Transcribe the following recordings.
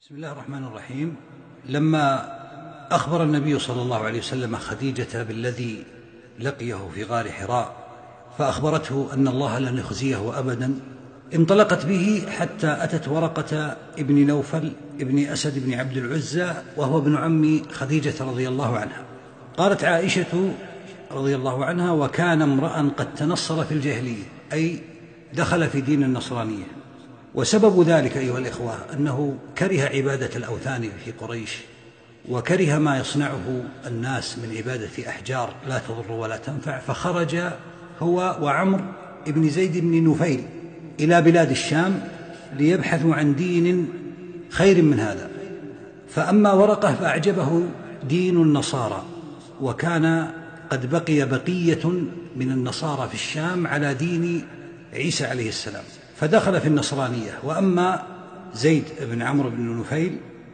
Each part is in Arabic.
بسم الله الرحمن الرحيم. لما أخبر النبي صلى الله عليه وسلم خديجة بالذي لقيه في غار حراء فأخبرته أن الله لن يخزيه أبدا، انطلقت به حتى أتت ورقة ابن نوفل ابن أسد بن عبد العزى وهو ابن عم خديجة رضي الله عنها. قالت عائشة رضي الله عنها: وكان امرأ قد تنصر في الجاهلية، أي دخل في دين النصرانية. وسبب ذلك أيها الإخوة أنه كره عبادة الأوثان في قريش، وكره ما يصنعه الناس من عبادة أحجار لا تضر ولا تنفع، فخرج هو وعمر بن زيد بن نفيل إلى بلاد الشام ليبحثوا عن دين خير من هذا. فأما ورقة فأعجبه دين النصارى، وكان قد بقي بقية من النصارى في الشام على دين عيسى عليه السلام، فدخل في النصرانية. وأما زيد بن عمرو بن نفيل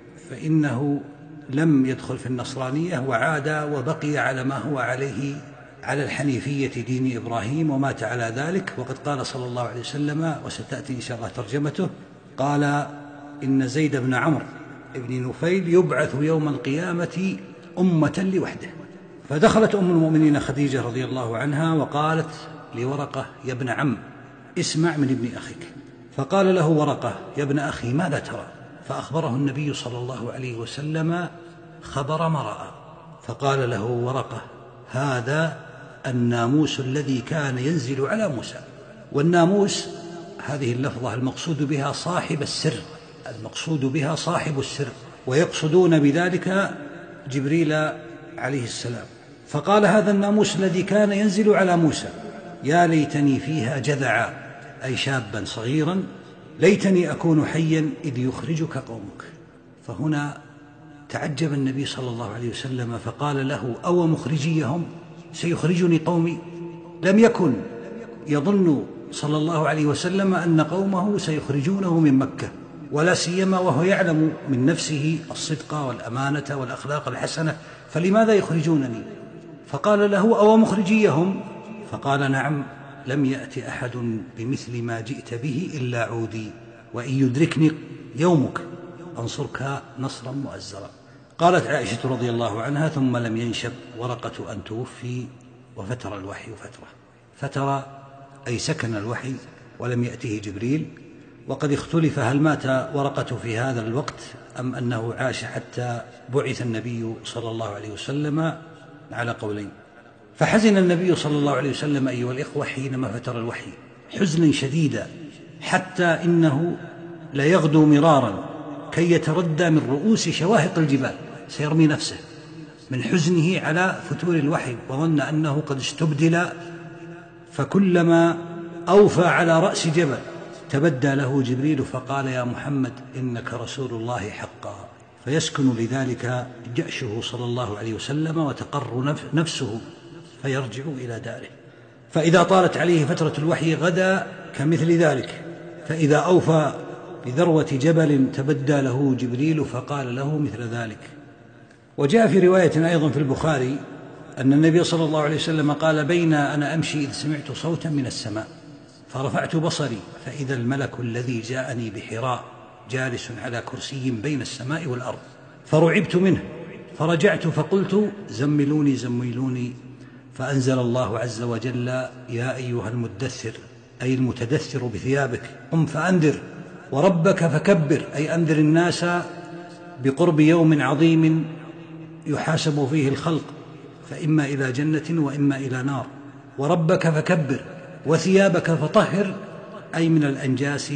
فإنه لم يدخل في النصرانية وعاد وبقي على ما هو عليه، على الحنيفية دين إبراهيم، ومات على ذلك. وقد قال صلى الله عليه وسلم، وستأتي إن شاء الله ترجمته، قال: إن زيد بن عمرو بن نفيل يبعث يوم القيامة أمة لوحده. فدخلت أم المؤمنين خديجة رضي الله عنها وقالت لورقة: يا ابن عم، اسمع من ابن أخيك. فقال له ورقة: يا ابن أخي، ماذا ترى؟ فأخبره النبي صلى الله عليه وسلم خبر ما رأى. فقال له ورقة: هذا الناموس الذي كان ينزل على موسى. والناموس هذه اللفظة المقصود بها صاحب السر، المقصود بها صاحب السر، ويقصدون بذلك جبريل عليه السلام. فقال: هذا الناموس الذي كان ينزل على موسى، يا ليتني فيها جذعا، أي شابا صغيرا، ليتني أكون حيا إذ يخرجك قومك. فهنا تعجب النبي صلى الله عليه وسلم فقال له: أو مخرجيهم؟ سيخرجني قومي؟ لم يكن يظن صلى الله عليه وسلم أن قومه سيخرجونه من مكة، ولا سيما وهو يعلم من نفسه الصدق والأمانة والأخلاق الحسنة، فلماذا يخرجونني؟ فقال له: أو مخرجيهم؟ فقال: نعم، لم يأت أحد بمثل ما جئت به إلا عودي، وإن يدركني يومك أنصرك نصرا مؤزرا. قالت عائشة رضي الله عنها: ثم لم ينشب ورقة أن توفي، وفتر الوحي فتر أي سكن الوحي ولم يأته جبريل. وقد اختلف هل مات ورقة في هذا الوقت أم أنه عاش حتى بعث النبي صلى الله عليه وسلم، على قولين. فحزن النبي صلى الله عليه وسلم أيها الإخوة حينما فتر الوحي حزنا شديدا، حتى إنه ليغدو مرارا كي يتردى من رؤوس شواهق الجبال، سيرمي نفسه من حزنه على فتور الوحي، وظن أنه قد استبدل. فكلما أوفى على رأس جبل تبدى له جبريل فقال: يا محمد، إنك رسول الله حقا. فيسكن لذلك جأشه صلى الله عليه وسلم وتقر نفسه فيرجع إلى داره. فإذا طالت عليه فترة الوحي غدا كمثل ذلك، فإذا أوفى بذروة جبل تبدى له جبريل فقال له مثل ذلك. وجاء في رواية أيضا في البخاري أن النبي صلى الله عليه وسلم قال: بين أنا أمشي إذ سمعت صوتا من السماء، فرفعت بصري فإذا الملك الذي جاءني بحراء جالس على كرسي بين السماء والأرض، فرعبت منه، فرجعت فقلت: زملوني زملوني. فأنزل الله عز وجل: يا أيها المدثر، أي المتدثر بثيابك، قم فأنذر، وربك فكبر، أي أنذر الناس بقرب يوم عظيم يحاسب فيه الخلق، فإما إلى جنة وإما إلى نار. وربك فكبر، وثيابك فطهر، أي من الأنجاس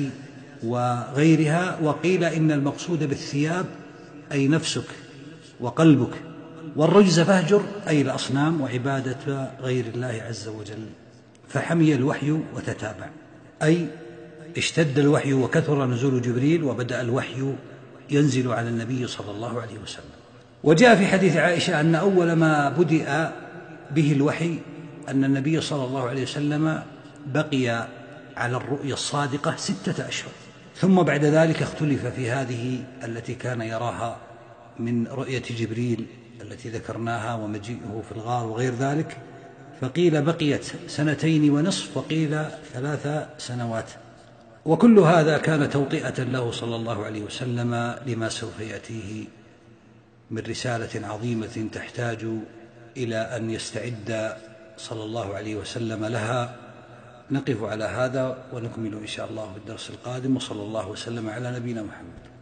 وغيرها. وقيل إن المقصود بالثياب أي نفسك وقلبك. والرجز فاهجر، أي الأصنام وعبادة غير الله عز وجل. فحمي الوحي وتتابع، أي اشتد الوحي وكثر نزول جبريل، وبدأ الوحي ينزل على النبي صلى الله عليه وسلم. وجاء في حديث عائشة أن أول ما بدأ به الوحي أن النبي صلى الله عليه وسلم بقي على الرؤيا الصادقة 6 أشهر، ثم بعد ذلك اختلف في هذه التي كان يراها من رؤية جبريل التي ذكرناها ومجيئه في الغار وغير ذلك، فقيل بقيت 2.5 سنين، وقيل 3 سنوات. وكل هذا كان توطئة له صلى الله عليه وسلم لما سوف يأتيه من رسالة عظيمة تحتاج إلى أن يستعد صلى الله عليه وسلم لها. نقف على هذا ونكمل إن شاء الله في الدرس القادم، وصلى الله وسلم على نبينا محمد.